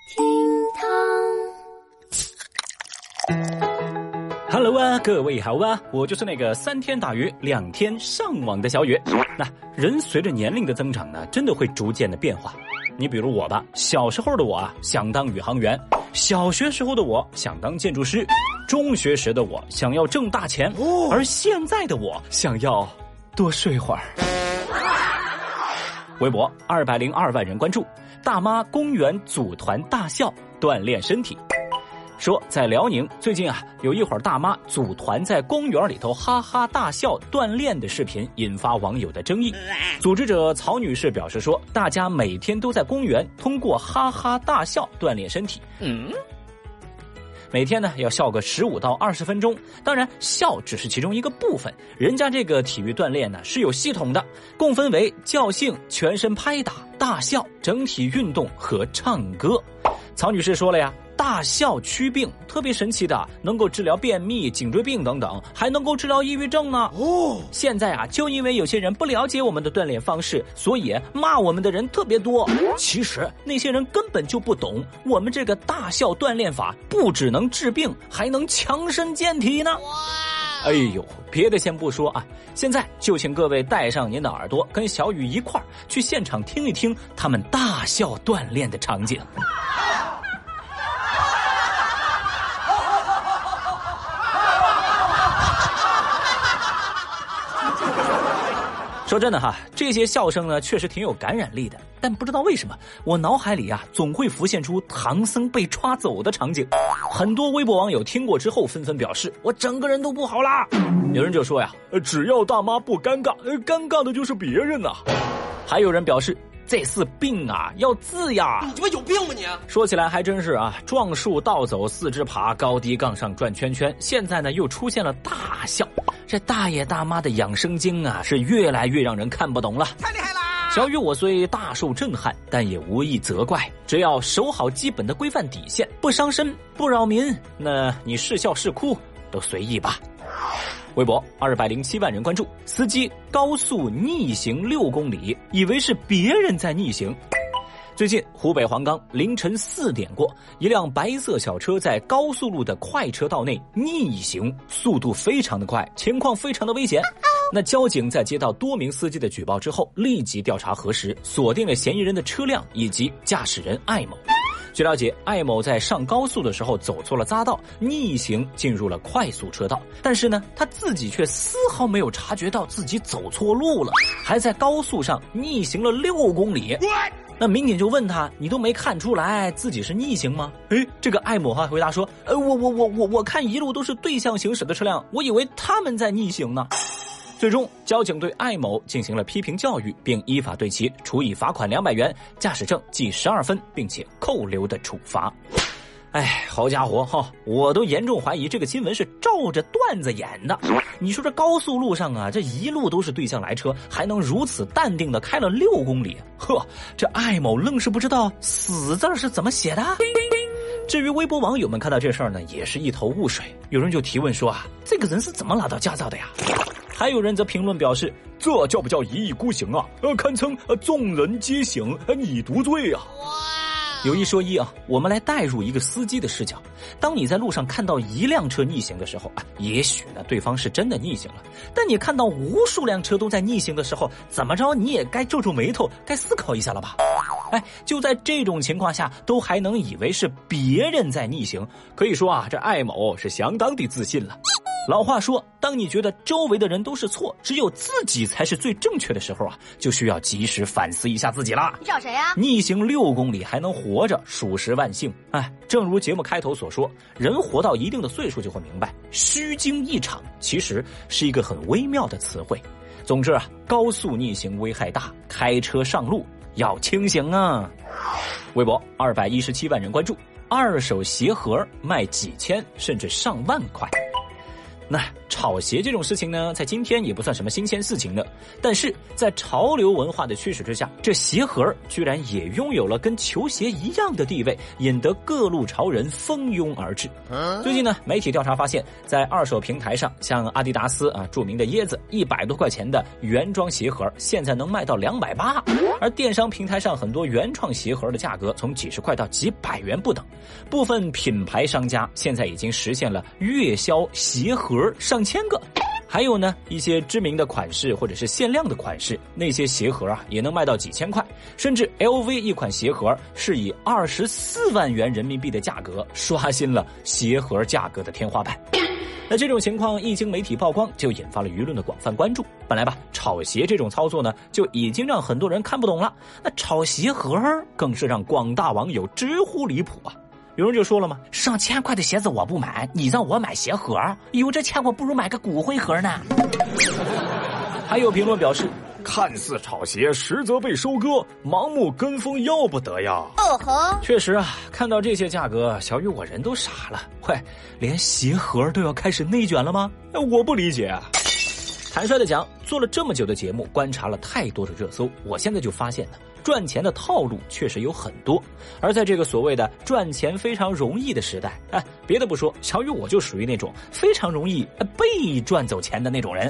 Hello 啊，各位好啊，我就是那个3天打鱼2天上网的小雨。那人随着年龄的增长呢，真的会逐渐的变化。你比如我吧，小时候的我啊，想当宇航员；小学时候的我想当建筑师；中学时的我想要挣大钱，而现在的我想要多睡会儿。微博202万人关注，大妈公园组团大笑锻炼身体。说在辽宁最近啊，有一伙大妈组团在公园里头哈哈大笑锻炼的视频引发网友的争议。组织者曹女士表示说，大家每天都在公园通过哈哈大笑锻炼身体。每天呢要笑个15到20分钟，当然笑只是其中一个部分，人家这个体育锻炼呢是有系统的，共分为叫性、全身拍打、大笑、整体运动和唱歌。曹女士说了呀，大笑祛病，特别神奇的，能够治疗便秘、颈椎病等等，还能够治疗抑郁症呢。现在啊，就因为有些人不了解我们的锻炼方式，所以骂我们的人特别多。其实那些人根本就不懂，我们这个大笑锻炼法不只能治病，还能强身健体呢。哎呦，别的先不说啊，现在就请各位带上您的耳朵，跟小雨一块儿去现场听一听他们大笑锻炼的场景。说真的哈，这些笑声呢确实挺有感染力的，但不知道为什么我脑海里啊总会浮现出唐僧被抓走的场景。很多微博网友听过之后纷纷表示，我整个人都不好啦。有人就说呀，只要大妈不尴尬，尴尬的就是别人呐。还有人表示，这是病啊，要治呀！ 你他妈有病吗你？ 说起来还真是啊，撞树倒走4肢爬，高低杠上转圈圈，现在呢又出现了大笑。这大爷大妈的养生经啊，是越来越让人看不懂了。 太厉害啦！ 小雨我虽大受震撼，但也无意责怪，只要守好基本的规范底线，不伤身不扰民，那你是笑是哭都随意吧。微博207万人关注，司机高速逆行6公里，以为是别人在逆行。最近湖北黄冈凌晨4点过，一辆白色小车在高速路的快车道内逆行，速度非常的快，情况非常的危险。那交警在接到多名司机的举报之后，立即调查核实，锁定了嫌疑人的车辆以及驾驶人艾某。据了解，艾某在上高速的时候走错了匝道，逆行进入了快速车道，但是呢，他自己却丝毫没有察觉到自己走错路了，还在高速上逆行了6公里。那民警就问他，你都没看出来自己是逆行吗？这个艾某还回答说，我看一路都是对向行驶的车辆，我以为他们在逆行呢。最终，交警对艾某进行了批评教育，并依法对其处以罚款200元、驾驶证记12分，并且扣留的处罚。好家伙哈，我都严重怀疑这个新闻是照着段子演的。你说这高速路上啊，这一路都是对向来车，还能如此淡定的开了6公里，这艾某愣是不知道死字是怎么写的。至于微博网友们看到这事儿呢，也是一头雾水，有人就提问说啊，这个人是怎么拿到驾照的呀？还有人则评论表示，这叫不叫一意孤行啊？堪称众人皆醒，你独醉啊！有一说一啊，我们来带入一个司机的视角。当你在路上看到一辆车逆行的时候啊，也许呢对方是真的逆行了，但你看到无数辆车都在逆行的时候，怎么着你也该皱皱眉头，该思考一下了吧？就在这种情况下都还能以为是别人在逆行，可以说啊，这艾某是相当的自信了。老话说，当你觉得周围的人都是错，只有自己才是最正确的时候啊，就需要及时反思一下自己啦。 你找谁啊？ 逆行6公里还能活着，属实万幸。正如节目开头所说，人活到一定的岁数就会明白，虚惊一场其实是一个很微妙的词汇。总之啊，高速逆行危害大，开车上路要清醒啊。微博217万人关注，二手鞋盒卖几千甚至上万块。那炒鞋这种事情呢，在今天也不算什么新鲜事情的，但是在潮流文化的驱使之下，这鞋盒居然也拥有了跟球鞋一样的地位，引得各路潮人蜂拥而至。最近呢，媒体调查发现，在二手平台上，像阿迪达斯著名的椰子100多块钱的原装鞋盒，现在能卖到280，而电商平台上很多原创鞋盒的价格从几十块到几百元不等，部分品牌商家现在已经实现了月销鞋盒上千个。还有呢，一些知名的款式或者是限量的款式，那些鞋盒也能卖到几千块，甚至 LV 一款鞋盒是以24万元人民币的价格刷新了鞋盒价格的天花板。那这种情况一经媒体曝光，就引发了舆论的广泛关注。本来吧，炒鞋这种操作呢，就已经让很多人看不懂了，那炒鞋盒更是让广大网友直呼离谱啊！有人就说了嘛，上千块的鞋子我不买，你让我买鞋盒，有这钱我不如买个骨灰盒呢。还有评论表示，看似炒鞋，实则被收割，盲目跟风要不得呀。确实啊，看到这些价格，小雨我人都傻了。喂，连鞋盒都要开始内卷了吗？我不理解啊。坦率的讲，做了这么久的节目，观察了太多的热搜，我现在就发现呢，赚钱的套路确实有很多。而在这个所谓的赚钱非常容易的时代，别的不说，小雨我就属于那种非常容易被赚走钱的那种人。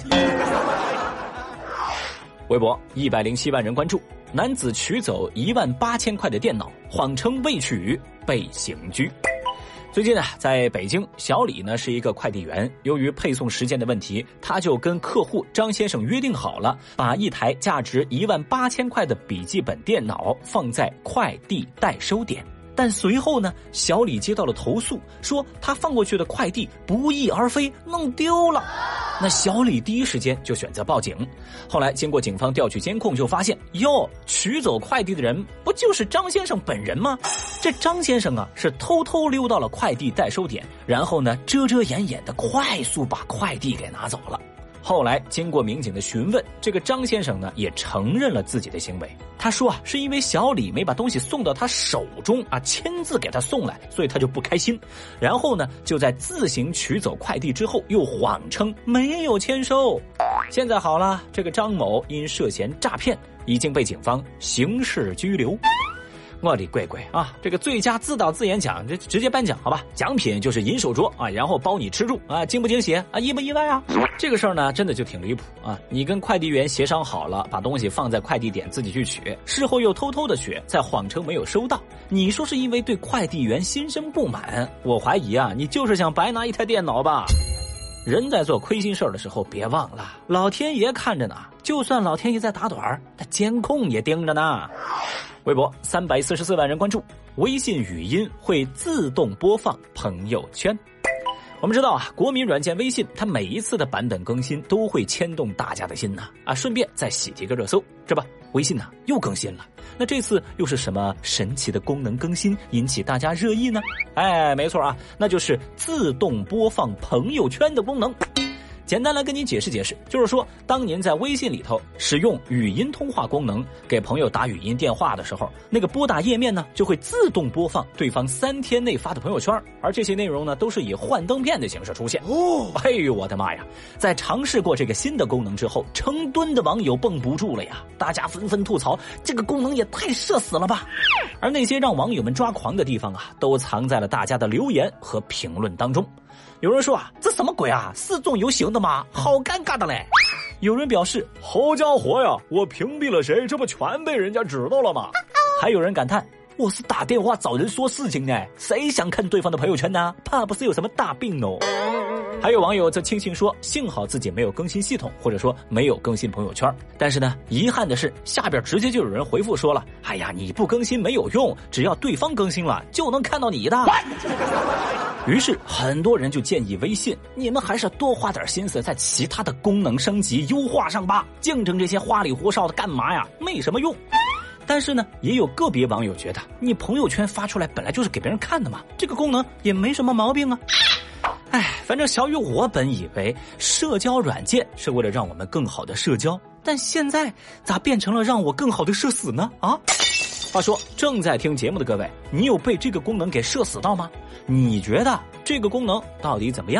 微博107万人关注，男子取走18000块的电脑，谎称未取被刑拘。最近在北京，小李呢是一个快递员，由于配送时间的问题，他就跟客户张先生约定好了，把一台价值18000块的笔记本电脑放在快递代收点。但随后呢，小李接到了投诉，说他放过去的快递不翼而飞，弄丢了。那小李第一时间就选择报警。后来经过警方调取监控，就发现取走快递的人不就是张先生本人吗？这张先生是偷偷溜到了快递代收点，然后呢遮遮掩掩的快速把快递给拿走了。后来经过民警的询问，这个张先生呢也承认了自己的行为。他说是因为小李没把东西送到他手中亲自给他送来，所以他就不开心。然后呢就在自行取走快递之后，又谎称没有签收。现在好了，这个张某因涉嫌诈骗已经被警方刑事拘留。我的乖乖这个最佳自导自演奖这直接颁奖好吧，奖品就是银手镯然后包你吃住惊不惊喜意不意外这个事儿呢真的就挺离谱你跟快递员协商好了，把东西放在快递点自己去取，事后又偷偷的取，再谎称没有收到。你说是因为对快递员心生不满？我怀疑你就是想白拿一台电脑吧。人在做亏心事儿的时候，别忘了老天爷看着呢，就算老天爷在打盹儿，他监控也盯着呢。微博344万人关注，微信语音会自动播放朋友圈。我们知道国民软件微信它每一次的版本更新都会牵动大家的心顺便再喜提个热搜，这不微信又更新了。那这次又是什么神奇的功能更新引起大家热议呢？没错那就是自动播放朋友圈的功能。简单来跟您解释解释，就是说当您在微信里头使用语音通话功能给朋友打语音电话的时候，那个拨打页面呢就会自动播放对方3天内发的朋友圈，而这些内容呢都是以幻灯片的形式出现。哎呦我的妈呀，在尝试过这个新的功能之后，成吨的网友绷不住了呀，大家纷纷吐槽这个功能也太社死了吧。而那些让网友们抓狂的地方都藏在了大家的留言和评论当中。有人说这什么鬼4纵游行的吗？好尴尬的嘞。有人表示好家伙呀，我屏蔽了谁，这不全被人家知道了吗？还有人感叹我是打电话找人说事情呢，谁想看对方的朋友圈呢？怕不是有什么大病哦。还有网友则庆幸说幸好自己没有更新系统，或者说没有更新朋友圈。但是呢遗憾的是下边直接就有人回复说了，哎呀你不更新没有用，只要对方更新了就能看到你的。于是很多人就建议微信，你们还是多花点心思在其他的功能升级优化上吧，竞争这些花里胡哨的干嘛呀？没什么用。但是呢也有个别网友觉得你朋友圈发出来本来就是给别人看的嘛，这个功能也没什么毛病反正小雨我本以为社交软件是为了让我们更好的社交，但现在咋变成了让我更好的社死呢话说正在听节目的各位，你有被这个功能给社死到吗？你觉得这个功能到底怎么样呢？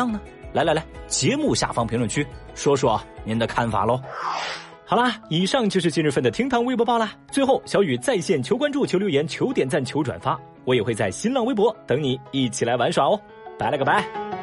来，节目下方评论区说说您的看法咯。好啦，以上就是今日份的厅堂微博报啦。最后，小雨在线求关注、求留言、求点赞、求转发，我也会在新浪微博等你一起来玩耍哦。拜了个拜。